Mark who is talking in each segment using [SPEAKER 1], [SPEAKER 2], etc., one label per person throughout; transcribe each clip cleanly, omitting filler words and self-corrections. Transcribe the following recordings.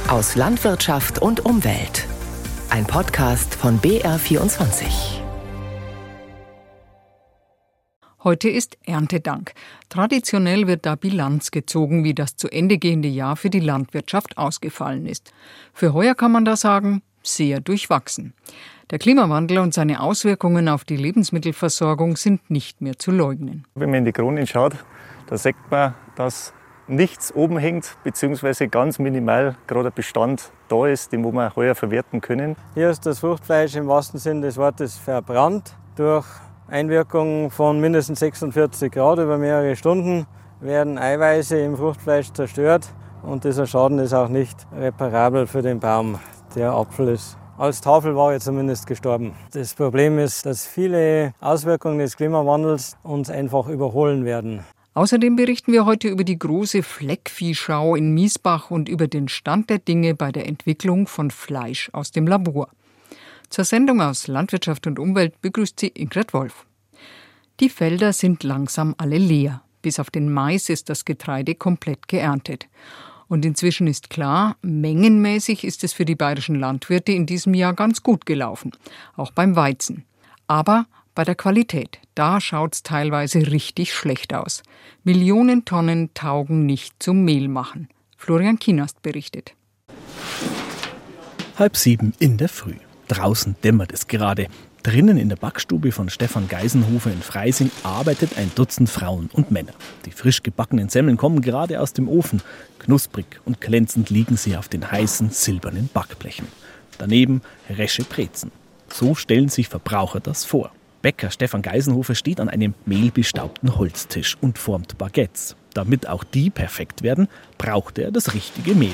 [SPEAKER 1] Aus Landwirtschaft und Umwelt. Ein Podcast von BR24.
[SPEAKER 2] Heute ist Erntedank. Traditionell wird da Bilanz gezogen, wie das zu Ende gehende Jahr für die Landwirtschaft ausgefallen ist. Für heuer kann man da sagen, sehr durchwachsen. Der Klimawandel und seine Auswirkungen auf die Lebensmittelversorgung sind nicht mehr zu leugnen.
[SPEAKER 3] Wenn man in die Kronen schaut, da sieht man, dass nichts oben hängt, beziehungsweise ganz minimal gerade ein Bestand da ist, den wir heuer verwerten können.
[SPEAKER 4] Hier ist das Fruchtfleisch im wahrsten Sinne des Wortes verbrannt. Durch Einwirkung von mindestens 46 Grad über mehrere Stunden werden Eiweiße im Fruchtfleisch zerstört und dieser Schaden ist auch nicht reparabel für den Baum. Der Apfel ist als Tafelware zumindest gestorben. Das Problem ist, dass viele Auswirkungen des Klimawandels uns einfach überholen werden.
[SPEAKER 2] Außerdem berichten wir heute über die große Fleckviehschau in Miesbach und über den Stand der Dinge bei der Entwicklung von Fleisch aus dem Labor. Zur Sendung aus Landwirtschaft und Umwelt begrüßt sie Ingrid Wolf. Die Felder sind langsam alle leer. Bis auf den Mais ist das Getreide komplett geerntet. Und inzwischen ist klar, mengenmäßig ist es für die bayerischen Landwirte in diesem Jahr ganz gut gelaufen. Auch beim Weizen. Aber bei der Qualität, da schaut's teilweise richtig schlecht aus. Millionen Tonnen taugen nicht zum Mehl machen. Florian Kienast berichtet.
[SPEAKER 5] 6:30 in der Früh. Draußen dämmert es gerade. Drinnen in der Backstube von Stefan Geisenhofer in Freising arbeitet ein Dutzend Frauen und Männer. Die frisch gebackenen Semmeln kommen gerade aus dem Ofen. Knusprig und glänzend liegen sie auf den heißen, silbernen Backblechen. Daneben resche Brezen. So stellen sich Verbraucher das vor. Bäcker Stefan Geisenhofer steht an einem mehlbestaubten Holztisch und formt Baguettes. Damit auch die perfekt werden, braucht er das richtige Mehl.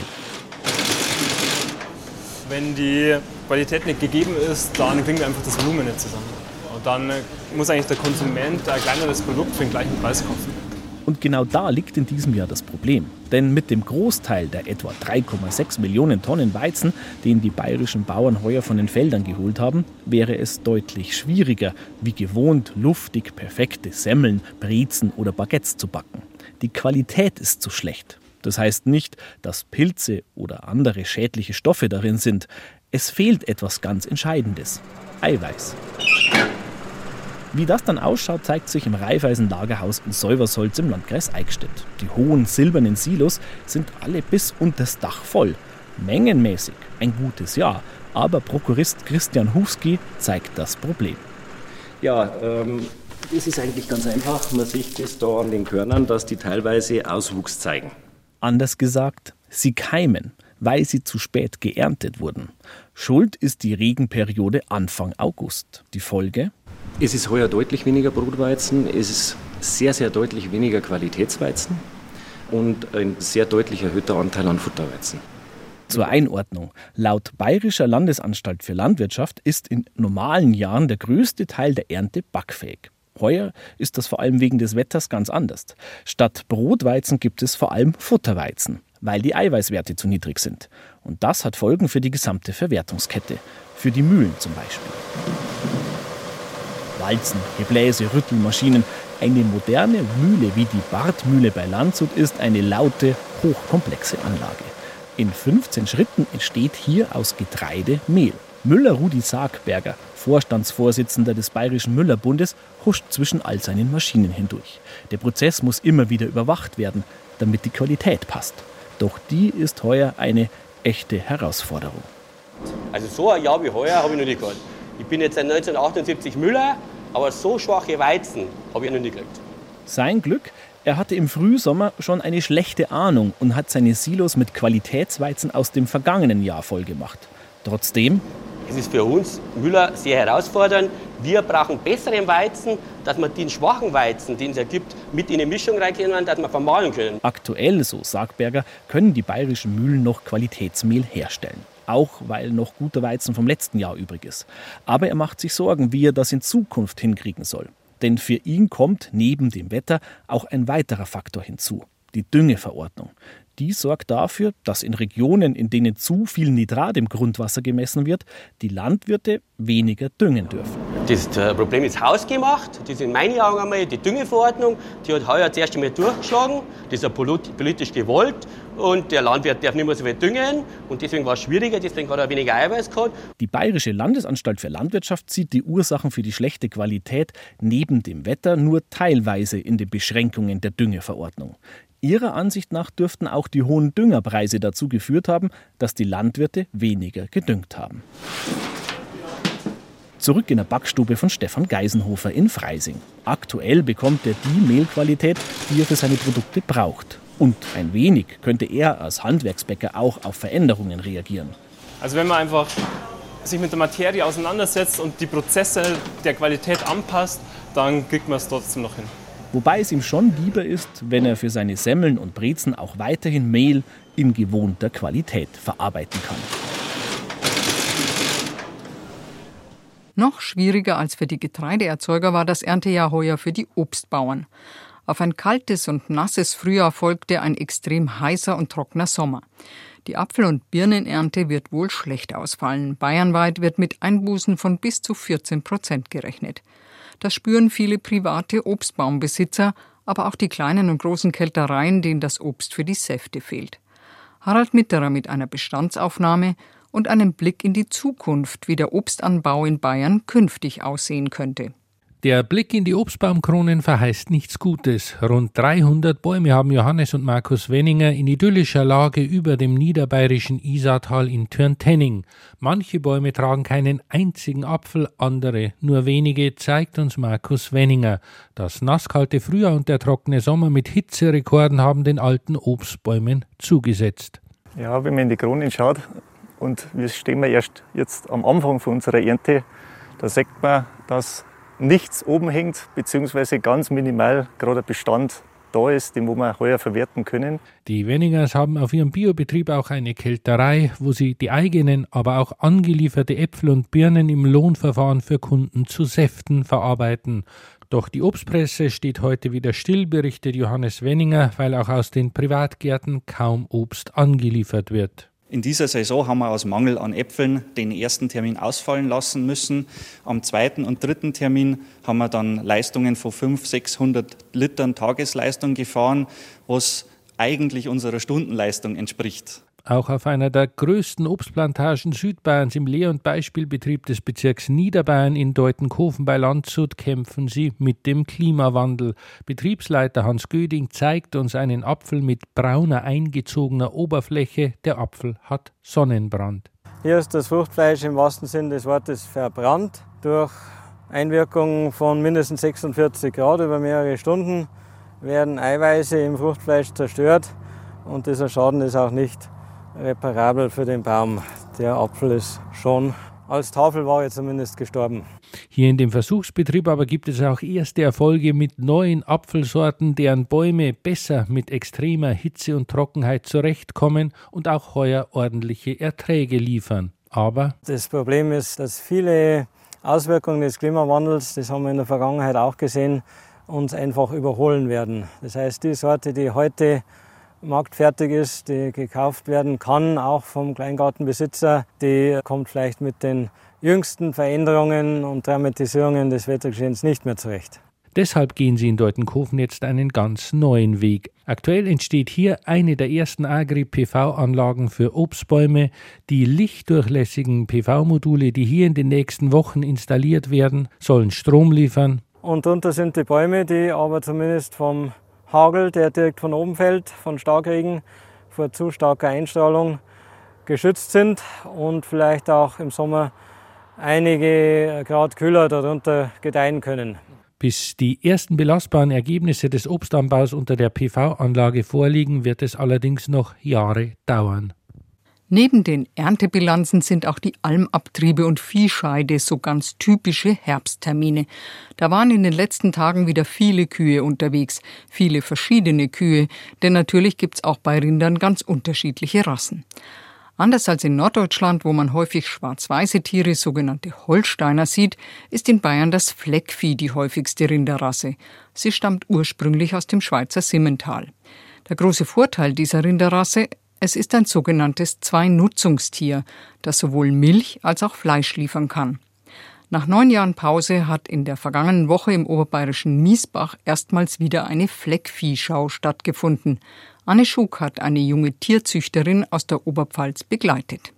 [SPEAKER 6] Wenn die Qualität nicht gegeben ist, dann kriegen wir einfach das Volumen nicht zusammen. Und dann muss eigentlich der Konsument ein kleineres Produkt für den gleichen Preis kaufen.
[SPEAKER 5] Und genau da liegt in diesem Jahr das Problem. Denn mit dem Großteil der etwa 3,6 Millionen Tonnen Weizen, den die bayerischen Bauern heuer von den Feldern geholt haben, wäre es deutlich schwieriger, wie gewohnt luftig perfekte Semmeln, Brezen oder Baguettes zu backen. Die Qualität ist zu schlecht. Das heißt nicht, dass Pilze oder andere schädliche Stoffe darin sind. Es fehlt etwas ganz Entscheidendes: Eiweiß. Wie das dann ausschaut, zeigt sich im Raiffeisen-Lagerhaus in Seuwersholz im Landkreis Eichstätt. Die hohen silbernen Silos sind alle bis unters Dach voll. Mengenmäßig ein gutes Jahr, aber Prokurist Christian Hufsky zeigt das Problem.
[SPEAKER 7] Ja, es ist eigentlich ganz einfach. Man sieht es da an den Körnern, dass die teilweise Auswuchs zeigen.
[SPEAKER 5] Anders gesagt, sie keimen, weil sie zu spät geerntet wurden. Schuld ist die Regenperiode Anfang August. Die Folge?
[SPEAKER 7] Es ist heuer deutlich weniger Brotweizen, es ist sehr, sehr deutlich weniger Qualitätsweizen und ein sehr deutlich erhöhter Anteil an Futterweizen.
[SPEAKER 5] Zur Einordnung: Laut Bayerischer Landesanstalt für Landwirtschaft ist in normalen Jahren der größte Teil der Ernte backfähig. Heuer ist das vor allem wegen des Wetters ganz anders. Statt Brotweizen gibt es vor allem Futterweizen, weil die Eiweißwerte zu niedrig sind. Und das hat Folgen für die gesamte Verwertungskette, für die Mühlen zum Beispiel. Walzen, Gebläse, Rüttelmaschinen. Eine moderne Mühle wie die Barth-Mühle bei Landshut ist eine laute, hochkomplexe Anlage. In 15 Schritten entsteht hier aus Getreide Mehl. Müller-Rudi Sargberger, Vorstandsvorsitzender des Bayerischen Müllerbundes, huscht zwischen all seinen Maschinen hindurch. Der Prozess muss immer wieder überwacht werden, damit die Qualität passt. Doch die ist heuer eine echte Herausforderung.
[SPEAKER 8] Also so ein Jahr wie heuer habe ich noch nicht gehabt. Ich bin jetzt seit 1978 Müller, aber so schwache Weizen habe ich noch nie gekriegt.
[SPEAKER 5] Sein Glück: Er hatte im Frühsommer schon eine schlechte Ahnung und hat seine Silos mit Qualitätsweizen aus dem vergangenen Jahr vollgemacht. Trotzdem:
[SPEAKER 8] Es ist für uns Müller sehr herausfordernd. Wir brauchen besseren Weizen, dass wir den schwachen Weizen, den es ja gibt, mit in die Mischung reinkommen, dass wir vermahlen können.
[SPEAKER 5] Aktuell, so Sargberger, können die bayerischen Mühlen noch Qualitätsmehl herstellen. Auch weil noch guter Weizen vom letzten Jahr übrig ist. Aber er macht sich Sorgen, wie er das in Zukunft hinkriegen soll. Denn für ihn kommt neben dem Wetter auch ein weiterer Faktor hinzu: die Düngeverordnung. Die sorgt dafür, dass in Regionen, in denen zu viel Nitrat im Grundwasser gemessen wird, die Landwirte weniger düngen dürfen.
[SPEAKER 8] Das Problem ist hausgemacht. Das ist in meinen Augen einmal die Düngeverordnung. Die hat heuer zuerst einmal durchgeschlagen. Das ist ja politisch gewollt. und der Landwirt darf nicht mehr so viel düngen und deswegen war es schwieriger, deswegen hat er weniger Eiweiß gehabt.
[SPEAKER 5] Die Bayerische Landesanstalt für Landwirtschaft sieht die Ursachen für die schlechte Qualität neben dem Wetter nur teilweise in den Beschränkungen der Düngeverordnung. Ihrer Ansicht nach dürften auch die hohen Düngerpreise dazu geführt haben, dass die Landwirte weniger gedüngt haben. Zurück in der Backstube von Stefan Geisenhofer in Freising. Aktuell bekommt er die Mehlqualität, die er für seine Produkte braucht. Und ein wenig könnte er als Handwerksbäcker auch auf Veränderungen reagieren.
[SPEAKER 6] Also wenn man einfach sich mit der Materie auseinandersetzt und die Prozesse der Qualität anpasst, dann kriegt man es trotzdem noch hin.
[SPEAKER 5] Wobei es ihm schon lieber ist, wenn er für seine Semmeln und Brezen auch weiterhin Mehl in gewohnter Qualität verarbeiten kann.
[SPEAKER 2] Noch schwieriger als für die Getreideerzeuger war das Erntejahr heuer für die Obstbauern. Auf ein kaltes und nasses Frühjahr folgte ein extrem heißer und trockener Sommer. Die Apfel- und Birnenernte wird wohl schlecht ausfallen. Bayernweit wird mit Einbußen von bis zu 14% gerechnet. Das spüren viele private Obstbaumbesitzer, aber auch die kleinen und großen Kältereien, denen das Obst für die Säfte fehlt. Harald Mitterer mit einer Bestandsaufnahme und einem Blick in die Zukunft, wie der Obstanbau in Bayern künftig aussehen könnte.
[SPEAKER 9] Der Blick in die Obstbaumkronen verheißt nichts Gutes. Rund 300 Bäume haben Johannes und Markus Wenninger in idyllischer Lage über dem niederbayerischen Isartal in Türntenning. Manche Bäume tragen keinen einzigen Apfel, andere nur wenige, zeigt uns Markus Wenninger. Das nasskalte Frühjahr und der trockene Sommer mit Hitzerekorden haben den alten Obstbäumen zugesetzt.
[SPEAKER 3] Ja, wenn man in die Kronen schaut und wir stehen erst jetzt am Anfang von unserer Ernte, da sieht man, dass nichts oben hängt, beziehungsweise ganz minimal gerade ein Bestand da ist, den wir heuer verwerten können.
[SPEAKER 9] Die Wenningers haben auf ihrem Biobetrieb auch eine Kälterei, wo sie die eigenen, aber auch angelieferte Äpfel und Birnen im Lohnverfahren für Kunden zu Säften verarbeiten. Doch die Obstpresse steht heute wieder still, berichtet Johannes Wenninger, weil auch aus den Privatgärten kaum Obst angeliefert wird.
[SPEAKER 10] In dieser Saison haben wir aus Mangel an Äpfeln den ersten Termin ausfallen lassen müssen. Am zweiten und dritten Termin haben wir dann Leistungen von 500-600 Litern Tagesleistung gefahren, was eigentlich unserer Stundenleistung entspricht.
[SPEAKER 9] Auch auf einer der größten Obstplantagen Südbayerns im Lehr- und Beispielbetrieb des Bezirks Niederbayern in Deutenkofen bei Landshut kämpfen sie mit dem Klimawandel. Betriebsleiter Hans Göding zeigt uns einen Apfel mit brauner eingezogener Oberfläche. Der Apfel hat Sonnenbrand.
[SPEAKER 4] Hier ist das Fruchtfleisch im wahrsten Sinne des Wortes verbrannt. Durch Einwirkung von mindestens 46 Grad über mehrere Stunden werden Eiweiße im Fruchtfleisch zerstört und dieser Schaden ist auch nicht reparabel für den Baum. Der Apfel ist schon als Tafelware zumindest gestorben.
[SPEAKER 9] Hier in dem Versuchsbetrieb aber gibt es auch erste Erfolge mit neuen Apfelsorten, deren Bäume besser mit extremer Hitze und Trockenheit zurechtkommen und auch heuer ordentliche Erträge liefern. Aber
[SPEAKER 4] das Problem ist, dass viele Auswirkungen des Klimawandels, das haben wir in der Vergangenheit auch gesehen, uns einfach überholen werden. Das heißt, die Sorte, die heute marktfertig ist, die gekauft werden kann, auch vom Kleingartenbesitzer, die kommt vielleicht mit den jüngsten Veränderungen und Dramatisierungen des Wettergeschehens nicht mehr zurecht.
[SPEAKER 9] Deshalb gehen sie in Deutenkofen jetzt einen ganz neuen Weg. Aktuell entsteht hier eine der ersten Agri-PV-Anlagen für Obstbäume. Die lichtdurchlässigen PV-Module, die hier in den nächsten Wochen installiert werden, sollen Strom liefern.
[SPEAKER 4] Und darunter sind die Bäume, die aber zumindest vom Hagel, der direkt von oben fällt, von Starkregen, vor zu starker Einstrahlung geschützt sind und vielleicht auch im Sommer einige Grad kühler darunter gedeihen können.
[SPEAKER 9] Bis die ersten belastbaren Ergebnisse des Obstanbaus unter der PV-Anlage vorliegen, wird es allerdings noch Jahre dauern.
[SPEAKER 2] Neben den Erntebilanzen sind auch die Almabtriebe und Viehscheide so ganz typische Herbsttermine. Da waren in den letzten Tagen wieder viele Kühe unterwegs, viele verschiedene Kühe, denn natürlich gibt's auch bei Rindern ganz unterschiedliche Rassen. Anders als in Norddeutschland, wo man häufig schwarz-weiße Tiere, sogenannte Holsteiner, sieht, ist in Bayern das Fleckvieh die häufigste Rinderrasse. Sie stammt ursprünglich aus dem Schweizer Simmental. Der große Vorteil dieser Rinderrasse: es ist ein sogenanntes Zwei-Nutzungstier, das sowohl Milch als auch Fleisch liefern kann. Nach 9 Jahren Pause hat in der vergangenen Woche im oberbayerischen Miesbach erstmals wieder eine Fleckviehschau stattgefunden. Anne Schuk hat eine junge Tierzüchterin aus der Oberpfalz begleitet.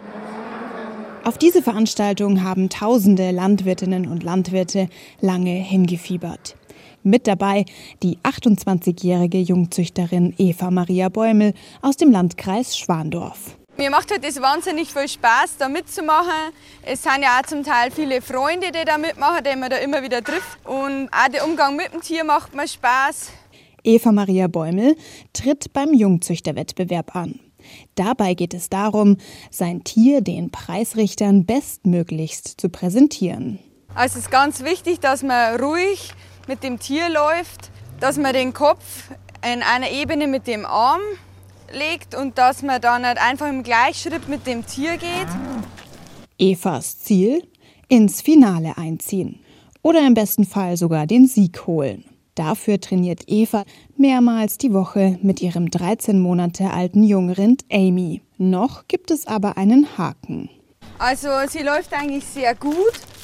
[SPEAKER 11] Auf diese Veranstaltung haben tausende Landwirtinnen und Landwirte lange hingefiebert. Mit dabei die 28-jährige Jungzüchterin Eva Maria Bäumel aus dem Landkreis Schwandorf.
[SPEAKER 12] Mir macht halt das wahnsinnig viel Spaß, da mitzumachen. Es sind ja auch zum Teil viele Freunde, die da mitmachen, die man da immer wieder trifft. Und auch der Umgang mit dem Tier macht mir Spaß.
[SPEAKER 11] Eva Maria Bäumel tritt beim Jungzüchterwettbewerb an. Dabei geht es darum, sein Tier den Preisrichtern bestmöglichst zu präsentieren.
[SPEAKER 12] Also es ist ganz wichtig, dass man ruhig mit dem Tier läuft, dass man den Kopf in einer Ebene mit dem Arm legt und dass man dann nicht einfach im Gleichschritt mit dem Tier geht.
[SPEAKER 11] Evas Ziel? Ins Finale einziehen. Oder im besten Fall sogar den Sieg holen. Dafür trainiert Eva mehrmals die Woche mit ihrem 13 Monate alten Jungrind Amy. Noch gibt es aber einen Haken.
[SPEAKER 12] Also sie läuft eigentlich sehr gut.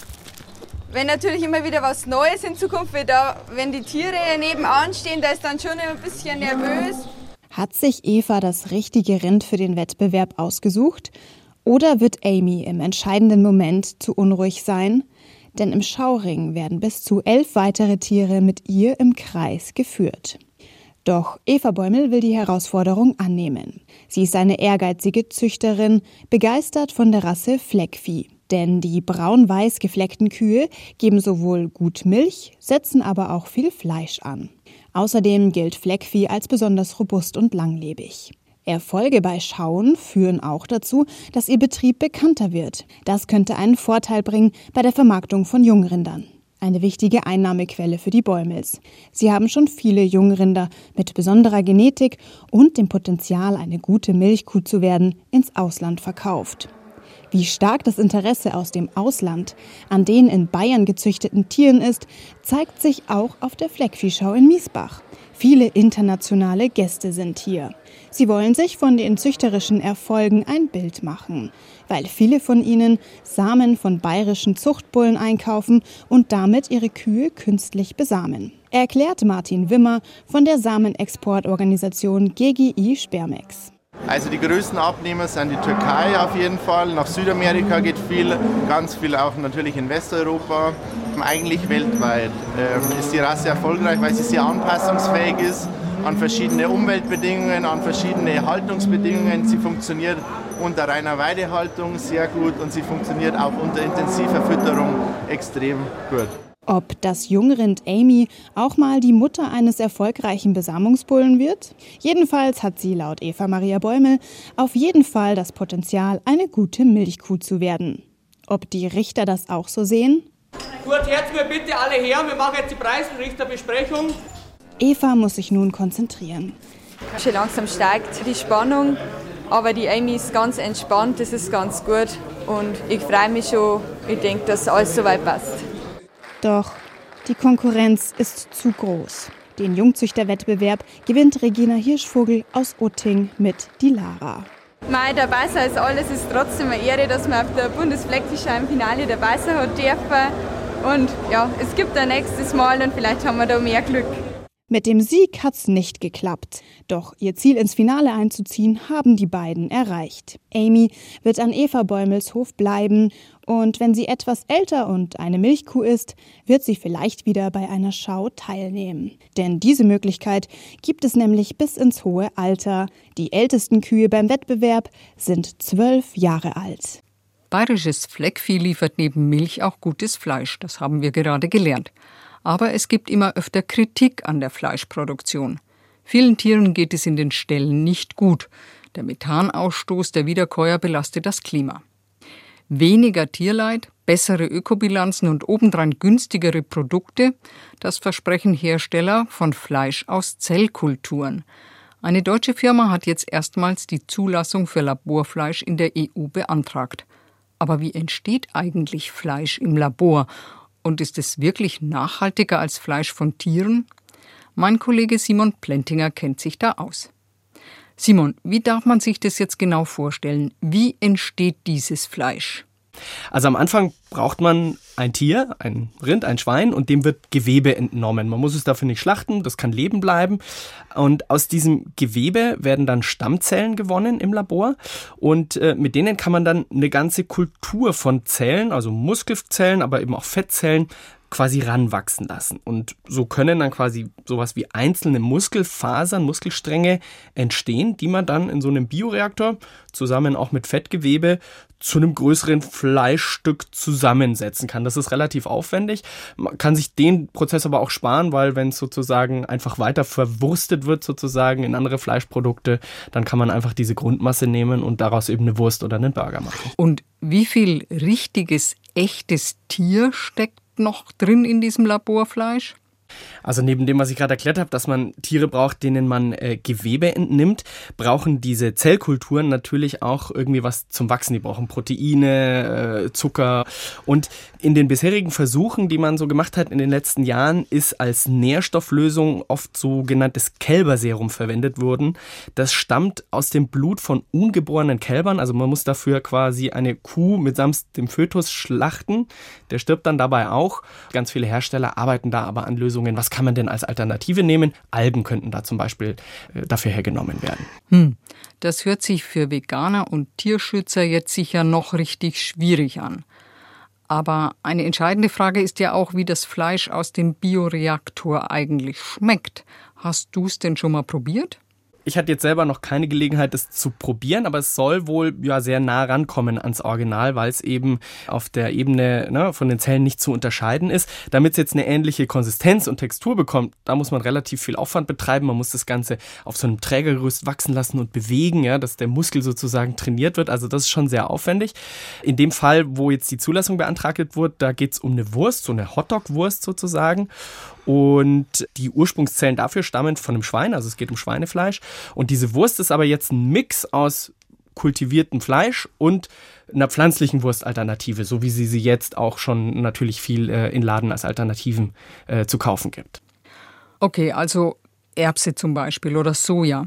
[SPEAKER 12] Wenn natürlich immer wieder was Neues in Zukunft wird, wenn die Tiere nebenan stehen, da ist dann schon ein bisschen nervös.
[SPEAKER 11] Hat sich Eva das richtige Rind für den Wettbewerb ausgesucht? Oder wird Amy im entscheidenden Moment zu unruhig sein? Denn im Schauring werden bis zu 11 weitere Tiere mit ihr im Kreis geführt. Doch Eva Bäumel will die Herausforderung annehmen. Sie ist eine ehrgeizige Züchterin, begeistert von der Rasse Fleckvieh. Denn die braun-weiß gefleckten Kühe geben sowohl gut Milch, setzen aber auch viel Fleisch an. Außerdem gilt Fleckvieh als besonders robust und langlebig. Erfolge bei Schauen führen auch dazu, dass ihr Betrieb bekannter wird. Das könnte einen Vorteil bringen bei der Vermarktung von Jungrindern. Eine wichtige Einnahmequelle für die Bäumels. Sie haben schon viele Jungrinder mit besonderer Genetik und dem Potenzial, eine gute Milchkuh zu werden, ins Ausland verkauft. Wie stark das Interesse aus dem Ausland an den in Bayern gezüchteten Tieren ist, zeigt sich auch auf der Fleckviehschau in Miesbach. Viele internationale Gäste sind hier. Sie wollen sich von den züchterischen Erfolgen ein Bild machen, weil viele von ihnen Samen von bayerischen Zuchtbullen einkaufen und damit ihre Kühe künstlich besamen. Erklärt Martin Wimmer von der Samenexportorganisation GGI Spermex.
[SPEAKER 13] Also die größten Abnehmer sind die Türkei auf jeden Fall, nach Südamerika geht viel, ganz viel auch natürlich in Westeuropa, eigentlich weltweit. Ist die Rasse erfolgreich, weil sie sehr anpassungsfähig ist an verschiedene Umweltbedingungen, an verschiedene Haltungsbedingungen. Sie funktioniert unter reiner Weidehaltung sehr gut und sie funktioniert auch unter intensiver Fütterung extrem gut.
[SPEAKER 11] Ob das Jungrind Amy auch mal die Mutter eines erfolgreichen Besamungsbullen wird? Jedenfalls hat sie laut Eva Maria Bäumel auf jeden Fall das Potenzial, eine gute Milchkuh zu werden. Ob die Richter das auch so sehen?
[SPEAKER 14] Gut, jetzt mir bitte alle her, wir machen jetzt die Preisrichterbesprechung.
[SPEAKER 11] Eva muss sich nun konzentrieren.
[SPEAKER 12] Schon langsam steigt die Spannung, aber die Amy ist ganz entspannt, das ist ganz gut und ich freue mich schon, ich denke, dass alles soweit passt.
[SPEAKER 11] Doch die Konkurrenz ist zu groß. Den Jungzüchterwettbewerb gewinnt Regina Hirschvogel aus Utting mit die Lara.
[SPEAKER 12] Dabei sein ist alles, ist trotzdem eine Ehre, dass man auf der Bundesfleckviehschau im Finale dabei sein hat dürfen. Und ja, es gibt ein nächstes Mal und vielleicht haben wir da mehr Glück.
[SPEAKER 11] Mit dem Sieg hat's nicht geklappt. Doch ihr Ziel ins Finale einzuziehen, haben die beiden erreicht. Amy wird an Eva Bäumels Hof bleiben und wenn sie etwas älter und eine Milchkuh ist, wird sie vielleicht wieder bei einer Schau teilnehmen. Denn diese Möglichkeit gibt es nämlich bis ins hohe Alter. Die ältesten Kühe beim Wettbewerb sind 12 Jahre alt.
[SPEAKER 2] Bayerisches Fleckvieh liefert neben Milch auch gutes Fleisch, das haben wir gerade gelernt. Aber es gibt immer öfter Kritik an der Fleischproduktion. Vielen Tieren geht es in den Ställen nicht gut. Der Methanausstoß der Wiederkäuer belastet das Klima. Weniger Tierleid, bessere Ökobilanzen und obendrein günstigere Produkte, das versprechen Hersteller von Fleisch aus Zellkulturen. Eine deutsche Firma hat jetzt erstmals die Zulassung für Laborfleisch in der EU beantragt. Aber wie entsteht eigentlich Fleisch im Labor? Und ist es wirklich nachhaltiger als Fleisch von Tieren? Mein Kollege Simon Plentinger kennt sich da aus. Simon, wie darf man sich das jetzt genau vorstellen? Wie entsteht dieses Fleisch?
[SPEAKER 15] Also am Anfang braucht man ein Tier, ein Rind, ein Schwein, und dem wird Gewebe entnommen. Man muss es dafür nicht schlachten, das kann leben bleiben. Und aus diesem Gewebe werden dann Stammzellen gewonnen im Labor. Und mit denen kann man dann eine ganze Kultur von Zellen, also Muskelzellen, aber eben auch Fettzellen, quasi ranwachsen lassen. Und so können dann quasi sowas wie einzelne Muskelfasern, Muskelstränge entstehen, die man dann in so einem Bioreaktor zusammen auch mit Fettgewebe zu einem größeren Fleischstück zusammensetzen kann. Das ist relativ aufwendig. Man kann sich den Prozess aber auch sparen, weil wenn es sozusagen einfach weiter verwurstet wird sozusagen in andere Fleischprodukte, dann kann man einfach diese Grundmasse nehmen und daraus eben eine Wurst oder einen Burger machen.
[SPEAKER 2] Und wie viel richtiges, echtes Tier steckt noch drin in diesem Laborfleisch?
[SPEAKER 15] Also neben dem, was ich gerade erklärt habe, dass man Tiere braucht, denen man Gewebe entnimmt, brauchen diese Zellkulturen natürlich auch irgendwie was zum Wachsen. Die brauchen Proteine, Zucker. Und in den bisherigen Versuchen, die man so gemacht hat in den letzten Jahren, ist als Nährstofflösung oft sogenanntes Kälberserum verwendet worden. Das stammt aus dem Blut von ungeborenen Kälbern. Also man muss dafür quasi eine Kuh mitsamt dem Fötus schlachten. Der stirbt dann dabei auch. Ganz viele Hersteller arbeiten da aber an Lösungen. Was kann man denn als Alternative nehmen? Algen könnten da zum Beispiel dafür hergenommen werden.
[SPEAKER 2] Das hört sich für Veganer und Tierschützer jetzt sicher noch richtig schwierig an. Aber eine entscheidende Frage ist ja auch, wie das Fleisch aus dem Bioreaktor eigentlich schmeckt. Hast du es denn schon mal probiert?
[SPEAKER 15] Ich hatte jetzt selber noch keine Gelegenheit, das zu probieren, aber es soll wohl sehr nah rankommen ans Original, weil es eben auf der Ebene von den Zellen nicht zu unterscheiden ist. Damit es jetzt eine ähnliche Konsistenz und Textur bekommt, da muss man relativ viel Aufwand betreiben. Man muss das Ganze auf so einem Trägergerüst wachsen lassen und bewegen, dass der Muskel sozusagen trainiert wird. Also das ist schon sehr aufwendig. In dem Fall, wo jetzt die Zulassung beantragt wurde, da geht es um eine Wurst, so eine Hotdog-Wurst sozusagen. Und die Ursprungszellen dafür stammen von einem Schwein, also es geht um Schweinefleisch. Und diese Wurst ist aber jetzt ein Mix aus kultiviertem Fleisch und einer pflanzlichen Wurstalternative, so wie sie jetzt auch schon natürlich viel in Laden als Alternativen zu kaufen gibt.
[SPEAKER 2] Okay, also Erbse zum Beispiel oder Soja.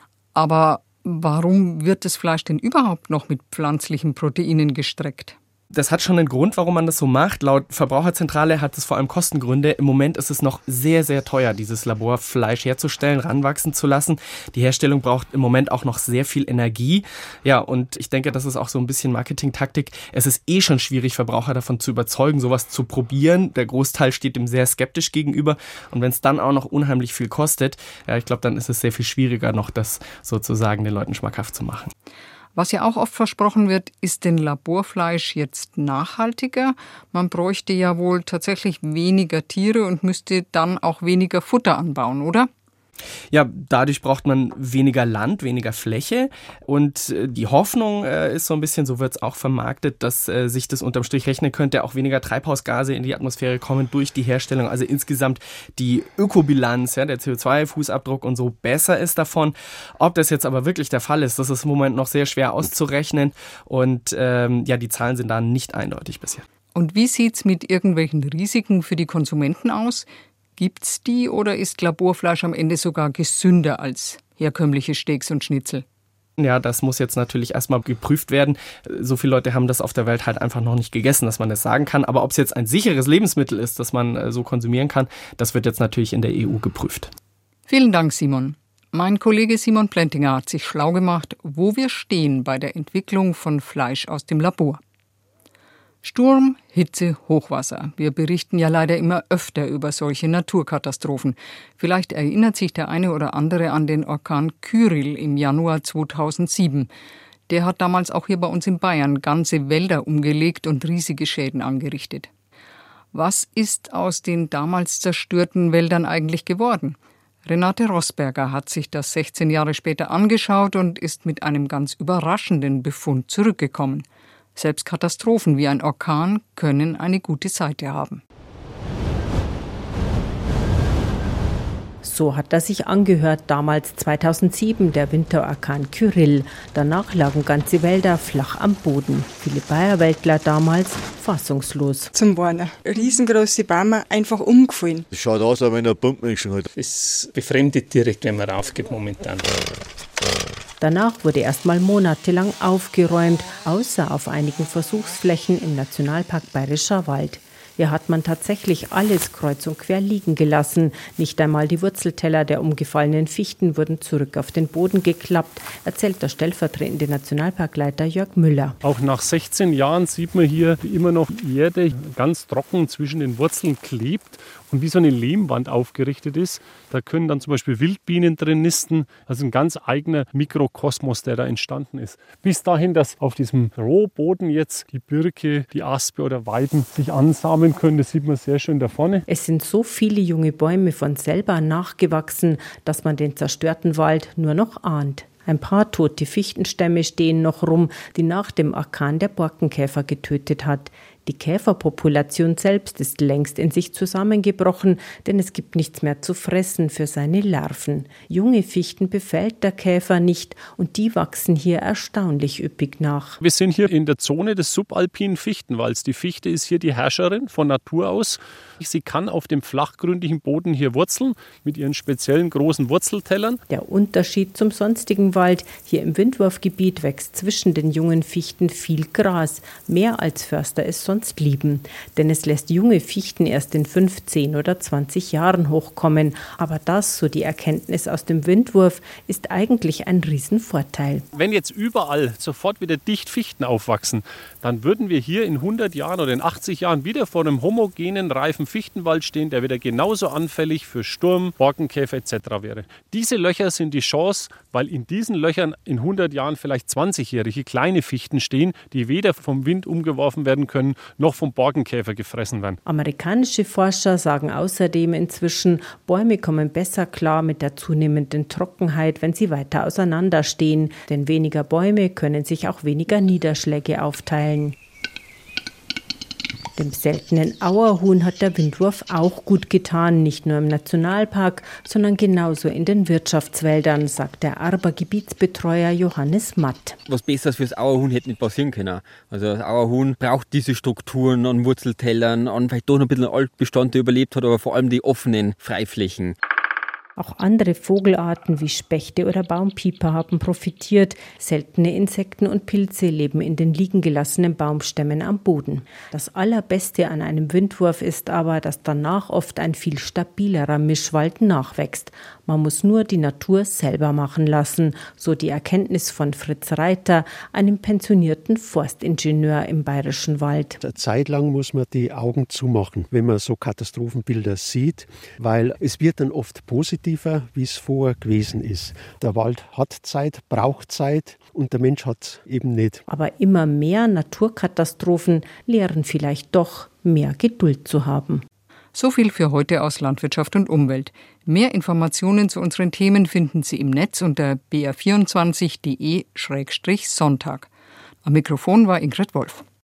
[SPEAKER 2] Aber warum wird das Fleisch denn überhaupt noch mit pflanzlichen Proteinen gestreckt?
[SPEAKER 15] Das hat schon einen Grund, warum man das so macht. Laut Verbraucherzentrale hat es vor allem Kostengründe. Im Moment ist es noch sehr, sehr teuer, dieses Laborfleisch herzustellen, ranwachsen zu lassen. Die Herstellung braucht im Moment auch noch sehr viel Energie. Ja, und ich denke, das ist auch so ein bisschen Marketingtaktik. Es ist schon schwierig, Verbraucher davon zu überzeugen, sowas zu probieren. Der Großteil steht dem sehr skeptisch gegenüber. Und wenn es dann auch noch unheimlich viel kostet, ich glaube, dann ist es sehr viel schwieriger noch, das sozusagen den Leuten schmackhaft zu machen.
[SPEAKER 2] Was ja auch oft versprochen wird, ist denn Laborfleisch jetzt nachhaltiger? Man bräuchte ja wohl tatsächlich weniger Tiere und müsste dann auch weniger Futter anbauen, oder?
[SPEAKER 15] Ja, dadurch braucht man weniger Land, weniger Fläche und die Hoffnung ist so ein bisschen, so wird es auch vermarktet, dass sich das unterm Strich rechnen könnte, auch weniger Treibhausgase in die Atmosphäre kommen durch die Herstellung, also insgesamt die Ökobilanz, der CO2-Fußabdruck und so besser ist davon. Ob das jetzt aber wirklich der Fall ist, das ist im Moment noch sehr schwer auszurechnen und die Zahlen sind da nicht eindeutig bisher.
[SPEAKER 2] Und wie sieht's mit irgendwelchen Risiken für die Konsumenten aus? Gibt's die oder ist Laborfleisch am Ende sogar gesünder als herkömmliche Steaks und Schnitzel?
[SPEAKER 15] Ja, das muss jetzt natürlich erstmal geprüft werden. So viele Leute haben das auf der Welt halt einfach noch nicht gegessen, dass man das sagen kann. Aber ob es jetzt ein sicheres Lebensmittel ist, das man so konsumieren kann, das wird jetzt natürlich in der EU geprüft.
[SPEAKER 2] Vielen Dank, Simon. Mein Kollege Simon Plentinger hat sich schlau gemacht, wo wir stehen bei der Entwicklung von Fleisch aus dem Labor. Sturm, Hitze, Hochwasser. Wir berichten ja leider immer öfter über solche Naturkatastrophen. Vielleicht erinnert sich der eine oder andere an den Orkan Kyrill im Januar 2007. Der hat damals auch hier bei uns in Bayern ganze Wälder umgelegt und riesige Schäden angerichtet. Was ist aus den damals zerstörten Wäldern eigentlich geworden? Renate Rosberger hat sich das 16 Jahre später angeschaut und ist mit einem ganz überraschenden Befund zurückgekommen. Selbst Katastrophen wie ein Orkan können eine gute Seite haben.
[SPEAKER 16] So hat das sich angehört damals 2007, der Winterorkan Kyrill. Danach lagen ganze Wälder flach am Boden. Viele Bayer-Wäldler damals fassungslos.
[SPEAKER 17] Zum Warnen. Riesengroße Bäume einfach umgefallen.
[SPEAKER 18] Das schaut aus, als wenn ein Pumpmenschen hat.
[SPEAKER 19] Es befremdet direkt, wenn man raufgeht momentan.
[SPEAKER 16] Danach wurde erstmal monatelang aufgeräumt, außer auf einigen Versuchsflächen im Nationalpark Bayerischer Wald. Hier hat man tatsächlich alles kreuz und quer liegen gelassen. Nicht einmal die Wurzelteller der umgefallenen Fichten wurden zurück auf den Boden geklappt, erzählt der stellvertretende Nationalparkleiter Jörg Müller.
[SPEAKER 18] Auch nach 16 Jahren sieht man hier, wie immer noch die Erde ganz trocken zwischen den Wurzeln klebt und wie so eine Lehmwand aufgerichtet ist. Da können dann zum Beispiel Wildbienen drin nisten. Also ein ganz eigener Mikrokosmos, der da entstanden ist. Bis dahin, dass auf diesem Rohboden jetzt die Birke, die Aspe oder Weiden sich ansamen können. Das sieht man sehr schön da vorne.
[SPEAKER 16] Es sind so viele junge Bäume von selber nachgewachsen, dass man den zerstörten Wald nur noch ahnt. Ein paar tote Fichtenstämme stehen noch rum, die nach dem Orkan der Borkenkäfer getötet hat. Die Käferpopulation selbst ist längst in sich zusammengebrochen, denn es gibt nichts mehr zu fressen für seine Larven. Junge Fichten befällt der Käfer nicht und die wachsen hier erstaunlich üppig nach.
[SPEAKER 18] Wir sind hier in der Zone des subalpinen Fichtenwalds. Die Fichte ist hier die Herrscherin von Natur aus. Sie kann auf dem flachgründigen Boden hier wurzeln mit ihren speziellen großen Wurzeltellern.
[SPEAKER 16] Der Unterschied zum sonstigen Wald: Hier im Windwurfgebiet wächst zwischen den jungen Fichten viel Gras, mehr als Förster es sonst lieben. Denn es lässt junge Fichten erst in 15 oder 20 Jahren hochkommen. Aber das, so die Erkenntnis aus dem Windwurf, ist eigentlich ein Riesenvorteil.
[SPEAKER 18] Wenn jetzt überall sofort wieder dicht Fichten aufwachsen, dann würden wir hier in 100 Jahren oder in 80 Jahren wieder vor einem homogenen, reifen Fichtenwald stehen, der wieder genauso anfällig für Sturm, Borkenkäfer etc. wäre. Diese Löcher sind die Chance, weil in diesen Löchern in 100 Jahren vielleicht 20-jährige kleine Fichten stehen, die weder vom Wind umgeworfen werden können, noch vom Borkenkäfer gefressen werden.
[SPEAKER 16] Amerikanische Forscher sagen außerdem inzwischen, Bäume kommen besser klar mit der zunehmenden Trockenheit, wenn sie weiter auseinanderstehen. Denn weniger Bäume können sich auch weniger Niederschläge aufteilen. Dem seltenen Auerhuhn hat der Windwurf auch gut getan, nicht nur im Nationalpark, sondern genauso in den Wirtschaftswäldern, sagt der Arber-Gebietsbetreuer Johannes Matt.
[SPEAKER 19] Was Besseres fürs Auerhuhn hätte nicht passieren können. Also das Auerhuhn braucht diese Strukturen an Wurzeltellern, an vielleicht doch noch ein bisschen Altbestand, der überlebt hat, aber vor allem die offenen Freiflächen.
[SPEAKER 16] Auch andere Vogelarten wie Spechte oder Baumpieper haben profitiert. Seltene Insekten und Pilze leben in den liegen gelassenen Baumstämmen am Boden. Das Allerbeste an einem Windwurf ist aber, dass danach oft ein viel stabilerer Mischwald nachwächst. Man muss nur die Natur selber machen lassen, so die Erkenntnis von Fritz Reiter, einem pensionierten Forstingenieur im Bayerischen Wald.
[SPEAKER 20] Eine Zeit lang muss man die Augen zumachen, wenn man so Katastrophenbilder sieht, weil es wird dann oft positiver, wie es vorher gewesen ist. Der Wald hat Zeit, braucht Zeit und der Mensch hat es eben nicht.
[SPEAKER 16] Aber immer mehr Naturkatastrophen lehren vielleicht doch, mehr Geduld zu haben.
[SPEAKER 2] So viel für heute aus Landwirtschaft und Umwelt. Mehr Informationen zu unseren Themen finden Sie im Netz unter br24.de/Sonntag. Am Mikrofon war Ingrid Wolf.